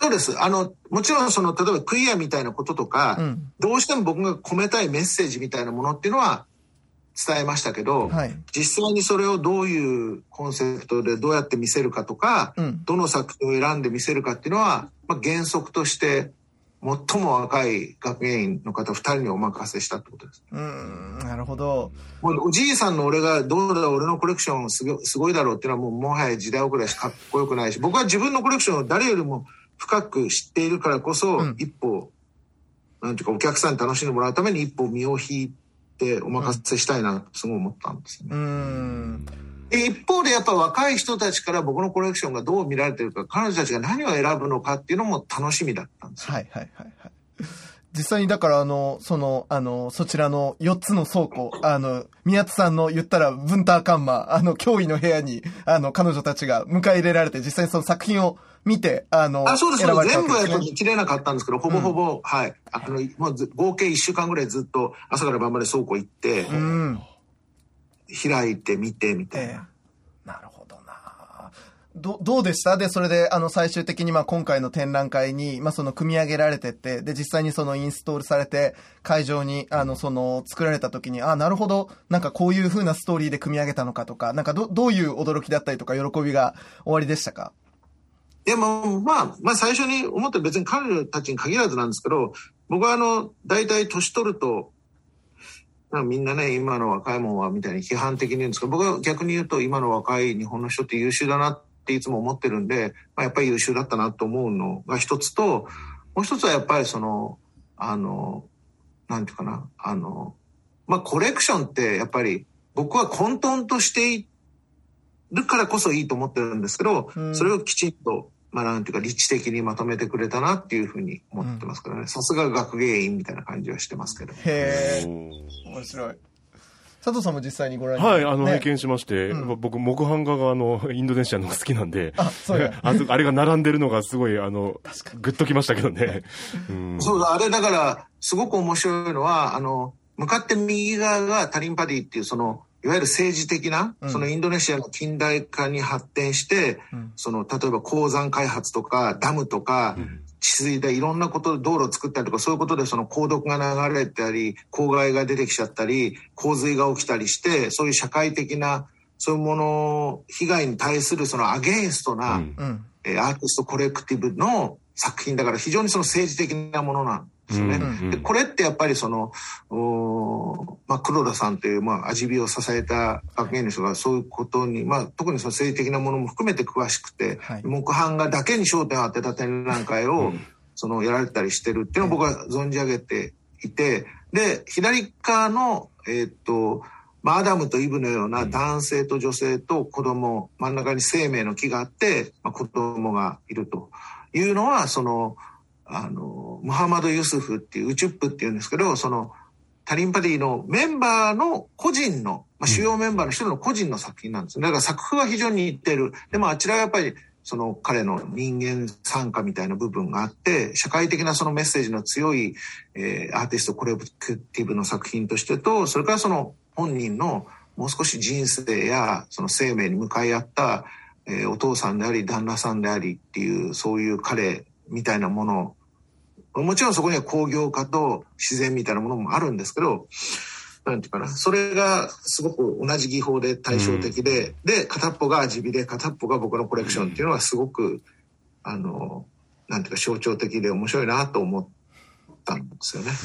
S3: そうです。もちろん例えばクイアみたいなこととか、どうしても僕が込めたいメッセージみたいなものっていうのは伝えましたけど、実際にそれをどういうコンセプトでどうやって見せるかとか、どの作品を選んで見せるかっていうのは、原則として最も若い学芸員の方2人にお任せしたってことです。
S2: なるほど。
S3: もうおじいさんの俺がどうだ俺のコレクションすごいだろうっていうのはもはや時代遅れだしかっこよくないし、僕は自分のコレクションを誰よりも深く知っているからこそ、一歩なんていうかお客さんに楽しんでもらうために一歩身を引いてお任せしたいなとすごい思ったんですよね。で一方でやっぱ若い人たちから僕のコレクションがどう見られてるか、彼女たちが何を選ぶのかっていうのも楽しみだったんですよ。
S2: 実際にだからそちらの4つの倉庫、宮津さんの言ったらブンターカンマ、驚異の部屋に、彼女たちが迎え入れられて、実際にその作品を見て、
S3: そうです。全部は見切れなかったんですけど、ほぼほぼ、もう合計1週間ぐらいずっと朝から晩まで倉庫行って、開いて見てみたいな。
S2: なるほどな。どうでした？で、それで、最終的に、今回の展覧会に、その、組み上げられてって、で、実際にその、インストールされて、会場に、作られた時に、なるほど、なんかこういう風なストーリーで組み上げたのかとか、なんかどういう驚きだったりとか、喜びが終わりでしたか？
S3: でも、最初に思って別に彼女たちに限らずなんですけど、僕は大体年取ると、みんなね、今の若いもんはみたいに批判的に言うんですけど、僕は逆に言うと今の若い日本の人って優秀だなっていつも思ってるんで、やっぱり優秀だったなと思うのが一つと、もう一つはやっぱりなんていうかな、コレクションってやっぱり僕は混沌としているからこそいいと思ってるんですけど、それをきちんと、なんていうか、理知的にまとめてくれたなっていうふうに思ってますからね。さすが学芸員みたいな感じはしてますけど。
S2: へー。面白い。佐藤さんも実際にご覧に
S1: なって、拝見しまして、僕、木版画がインドネシアの好きなんで、あれが並んでるのがすごい、グッときましたけどね。
S3: そうだ、あれだから、すごく面白いのは、向かって右側がタリンパディっていう、いわゆる政治的な、インドネシアの近代化に発展して、例えば鉱山開発とか、ダムとか、治水でいろんなことで道路を作ったりとか、そういうことで鉱毒が流れたり、公害が出てきちゃったり、洪水が起きたりして、そういう社会的な、そういうもの、被害に対するアゲインストな、アーティストコレクティブの作品だから非常に政治的なものなんですよね。でこれってやっぱり黒田さんという、味火を支えた学芸員の人がそういうことに、特に政治的なものも含めて詳しくて、木版画だけに焦点を当てた展覧会を、やられたりしてるっていうのを僕は存じ上げていて、で、左側の、アダムとイブのような男性と女性と子供、真ん中に生命の木があって、子供がいるというのは、ムハマド・ユスフっていうウチュップっていうんですけど、タリンパディのメンバーの個人の、主要メンバーの一人の個人の作品なんですね。だから作風は非常に似てる。でもあちらはやっぱり彼の人間参加みたいな部分があって、社会的なメッセージの強い、アーティストコレクティブの作品としてと、それから本人のもう少し人生や生命に向かい合った、お父さんであり旦那さんでありっていうそういう彼みたいなもの、もちろんそこには工業化と自然みたいなものもあるんですけど、なんていうかな、それがすごく同じ技法で対照的で、で、片っぽが味火で片っぽが僕のコレクションっていうのはすごく、なんていうか象徴的で面白いなと思ったんですよね。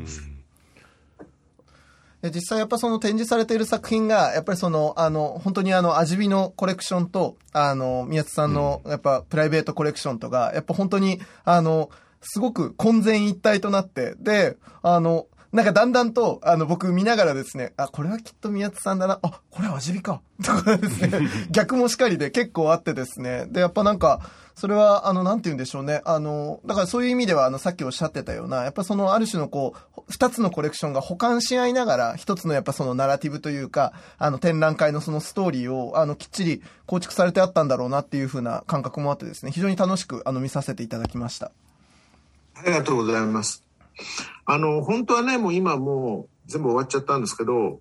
S2: で実際やっぱ展示されている作品が、やっぱり本当に味火のコレクションと、宮津さんのやっぱプライベートコレクションとか、やっぱ本当に、すごく混然一体となって、で、なんかだんだんと、僕見ながらですね、これはきっと宮津さんだな、これは味火か、とかですね、逆もしかりで結構あってですね、で、やっぱなんか、それは、なんて言うんでしょうね、だからそういう意味では、さっきおっしゃってたような、やっぱある種の二つのコレクションが補完し合いながら、一つのやっぱナラティブというか、展覧会のストーリーを、きっちり構築されてあったんだろうなっていう風な感覚もあってですね、非常に楽しく、見させていただきました。
S3: ありがとうございます。本当はね、もう今もう全部終わっちゃったんですけど、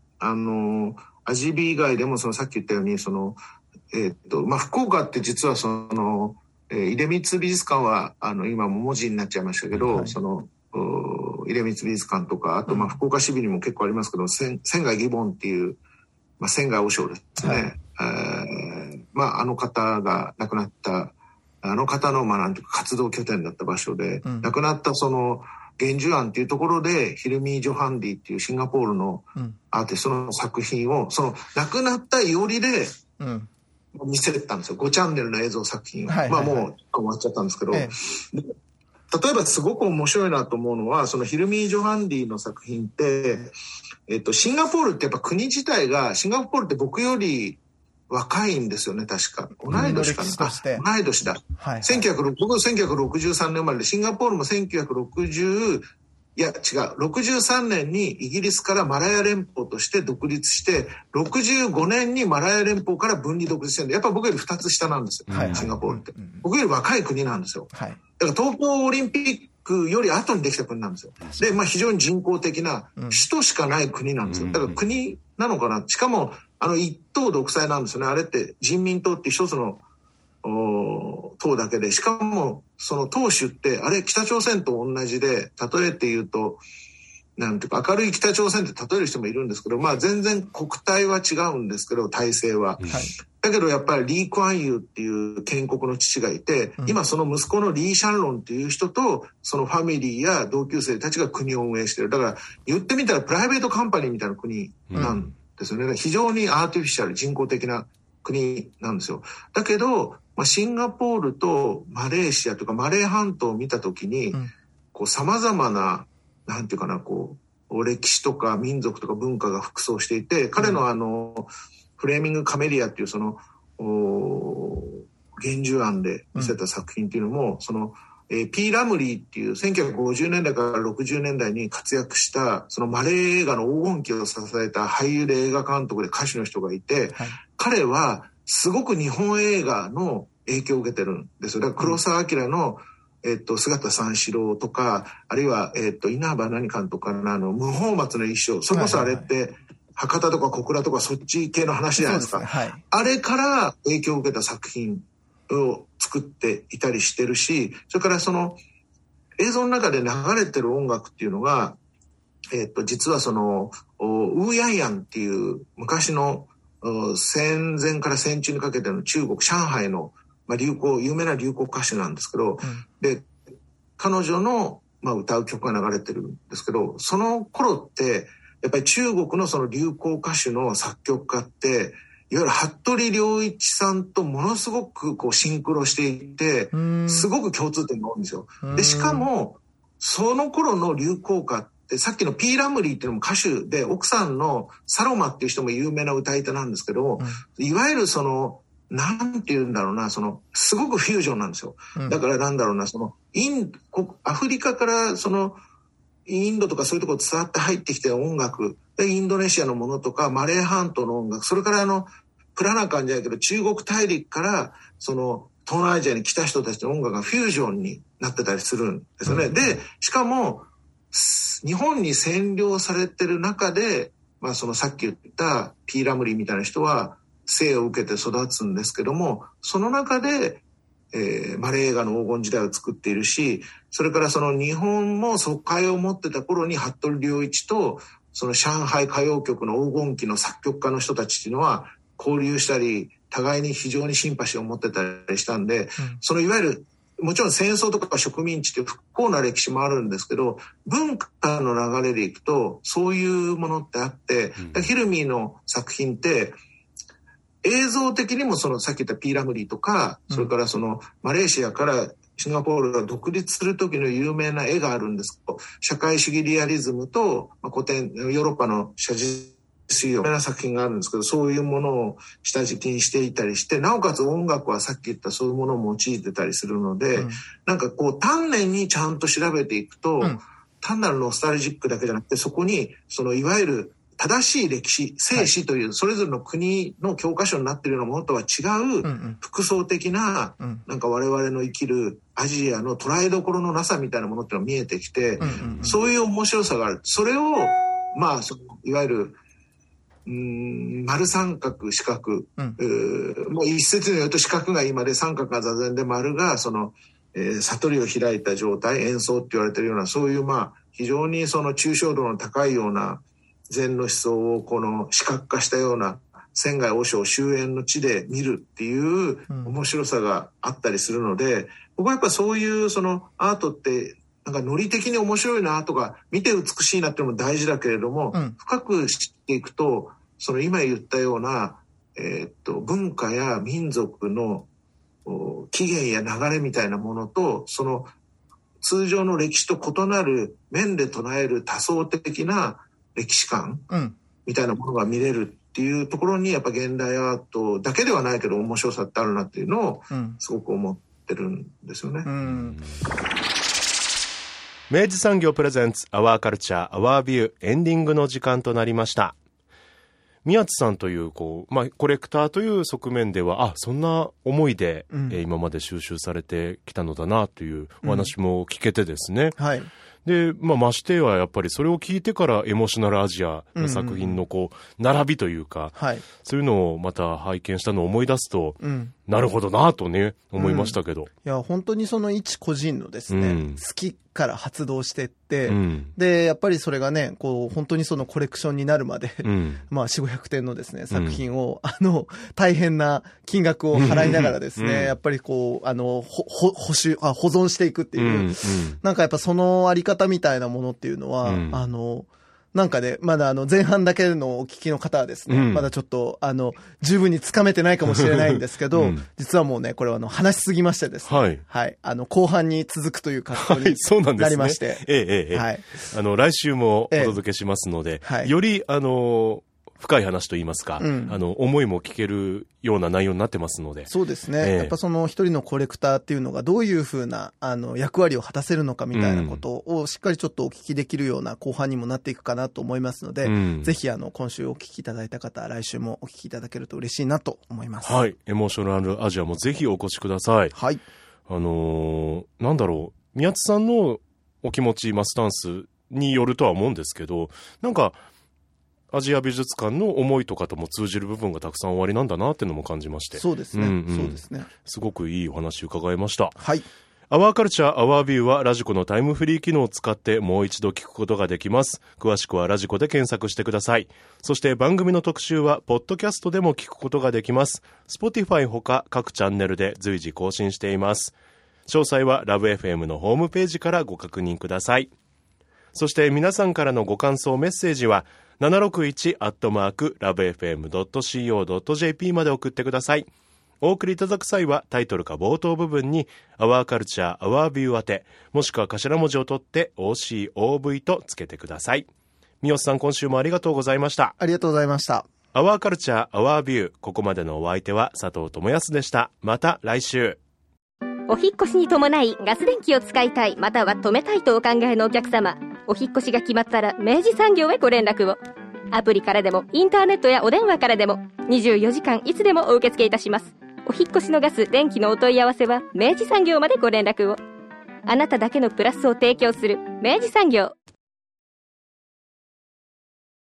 S3: 味火以外でもさっき言ったように、福岡って実は出光美術館は今も文字になっちゃいましたけど、その出光美術館とか、あと福岡市美にも結構ありますけど、仙外義梵っていう、仙外和尚ですね、あの方が亡くなったあの方のなんていうか活動拠点だった場所で、亡くなったその玄寿庵っていうところでヒルミー・ジョハンディっていうシンガポールのアーティストの作品をその亡くなったいおりで見せたんですよ。5チャンネルの映像作品を、もう終わっちゃったんですけど、例えばすごく面白いなと思うのは、そのヒルミー・ジョハンディの作品って、シンガポールってやっぱ国自体が、シンガポールって僕より若いんですよね、確か。同い年かな。同い年だ。僕1963年生まれで、シンガポールも63年にイギリスからマラヤ連邦として独立して、65年にマラヤ連邦から分離独立してるんで、やっぱ僕より2つ下なんですよ、シンガポールって。僕より若い国なんですよ。だから東京オリンピックより後にできた国なんですよ。で、非常に人工的な首都しかない国なんですよ。だから国なのかな。しかも、一党独裁なんですよね。あれって人民党って一つの党だけで、しかもその党首ってあれ北朝鮮と同じで、例えて言うとなんていうか明るい北朝鮮って例える人もいるんですけど、全然国体は違うんですけど、体制は、だけどやっぱりリー・クアンユーっていう建国の父がいて、今その息子のリー・シャンロンっていう人とそのファミリーや同級生たちが国を運営してる。だから言ってみたらプライベートカンパニーみたいな国なんですよね。非常にアーティフィシャル、人工的な国なんですよ。だけど、シンガポールとマレーシアとかマレー半島を見たときに、様々な、なんていうかな、歴史とか民族とか文化が複層していて、彼のフレーミング・カメリアっていうその、玄寿庵で見せた作品っていうのも、ピー・ラムリーっていう1950年代から60年代に活躍したそのマレー映画の黄金期を支えた俳優で映画監督で歌手の人がいて、彼はすごく日本映画の影響を受けてるんですよ。だから黒澤明の、姿三四郎とか、あるいは、稲葉何監督の無法松の一生、それこそあれって博多とか小倉とかそっち系の話じゃないですか。あれから影響を受けた作品を作っていたりしてるし、それからその映像の中で流れてる音楽っていうのが、実はそのウーヤンヤンっていう昔の戦前から戦中にかけての中国上海の有名な流行歌手なんですけど、で彼女の歌う曲が流れてるんですけど、その頃ってやっぱり中国のその流行歌手の作曲家っていわゆる服部良一さんとものすごくシンクロしていて、すごく共通点が多いんですよ。でしかもその頃の流行歌ってさっきのピー・ラムリーっていうのも歌手で、奥さんのサロマっていう人も有名な歌い手なんですけど、いわゆるそのなんて言うんだろうな、すごくフュージョンなんですよ。だからなんだろうな、アフリカからインドとかそういうところ伝わって入ってきて音楽で、インドネシアのものとかマレー半島の音楽、それからプラナカンじゃないけど中国大陸から東南アジアに来た人たちの音楽がフュージョンになってたりするんですよね。でしかも日本に占領されてる中で、さっき言ったピー・ラムリーみたいな人は生を受けて育つんですけども、その中で、マレー映画の黄金時代を作っているし、それからその日本も疎開を持ってた頃に服部良一とその上海歌謡曲の黄金期の作曲家の人たちっていうのは交流したり、互いに非常にシンパシーを持ってたりしたんで、そのいわゆるもちろん戦争とか植民地って不幸な歴史もあるんですけど、文化の流れでいくとそういうものってあって、ヒルミーの作品って映像的にもさっき言ったピー・ラムリーとか、それからマレーシアからシンガポールが独立する時の有名な絵があるんですけど、社会主義リアリズムと古典ヨーロッパの写実主義有名な作品があるんですけど、そういうものを下敷きにしていたりして、なおかつ音楽はさっき言ったそういうものを用いてたりするので、なんか丹念にちゃんと調べていくと、単なるノスタルジックだけじゃなくて、そこにいわゆる正しい歴史、正史というそれぞれの国の教科書になっているようなものとは違う複層的な、なんか我々の生きるアジアの捉えどころのなさみたいなものっていうのが見えてきて、そういう面白さがある。それをいわゆる丸三角四角、一説によると四角が今で三角が座禅で丸が悟りを開いた状態、円相って言われているような、そういう非常にその抽象度の高いような禅の思想をこの視覚化したような仙外和尚終焉の地で見るっていう面白さがあったりするので、僕はやっぱそういうそのアートってなんかノリ的に面白いなとか見て美しいなっていうのも大事だけれども、深く知っていくとその今言ったような、文化や民族の起源や流れみたいなものとその通常の歴史と異なる面で捉える多層的な歴史観みたいなものが見れるっていうところにやっぱ現代アートだけではないけど面白さってあるなっていうのをすごく思ってるんですよね。
S1: 明治産業プレゼンツアワーカルチャーアワービュー、エンディングの時間となりました。宮津さんというコレクターという側面ではそんな思いで、今まで収集されてきたのだなというお話も聞けてですね、で、ましてはやっぱりそれを聞いてからエモーショナルアジアの作品の並びというか、そういうのをまた拝見したのを思い出すと、なるほどなとね思いましたけど、
S2: いや本当にその一個人のですね、好きから発動していって、でやっぱりそれがね本当にそのコレクションになるまで、400-500点のですね作品を、大変な金額を払いながらですね、やっぱり保存していくっていう、なんかやっぱそのあり方みたいなものっていうのは、なんかね、まだ前半だけのお聞きの方はですね、まだちょっと十分につかめてないかもしれないんですけど、実はもうね、これは話しすぎましてですね、後半に続くという格好になりまして、
S1: 来週もお届けしますので、より深い話といいますか、思いも聞けるような内容になってますので。
S2: そうですね。やっぱその一人のコレクターっていうのがどういうふうな役割を果たせるのかみたいなことをしっかりちょっとお聞きできるような後半にもなっていくかなと思いますので、ぜひ今週お聞きいただいた方、来週もお聞きいただけると嬉しいなと思います。
S1: はい。エモーショナルアジアもぜひお越しください。
S2: はい。
S1: なんだろう、宮津さんのお気持ち、スタンスによるとは思うんですけど、なんか、アジア美術館の思いとかとも通じる部分がたくさんおありなんだなっていうのも感じまして。
S2: そうですね。そうですね。
S1: すごくいいお話伺いました。
S2: はい。
S1: アワーカルチャーアワービューはラジコのタイムフリー機能を使ってもう一度聞くことができます。詳しくはラジコで検索してください。そして番組の特集はポッドキャストでも聞くことができます。Spotify ほか各チャンネルで随時更新しています。詳細はラブ FM のホームページからご確認ください。そして皆さんからのご感想メッセージは761@lovefm.co.jp まで送ってください。お送りいただく際はタイトルか冒頭部分にアワーカルチャーアワービュー宛て、もしくは頭文字を取って OCOV とつけてください。三好さん、今週もありがとうございました。
S2: ありがとうございました。
S1: アワーカルチャーアワービュー、ここまでのお相手は佐藤智康でした。また来週。
S4: お引越しに伴いガス電気を使いたい、または止めたいとお考えのお客様、お引越しが決まったら明治産業へご連絡を。アプリからでもインターネットやお電話からでも24時間いつでもお受け付けいたします。お引越しのガス電気のお問い合わせは明治産業までご連絡を。あなただけのプラスを提供する明治産業。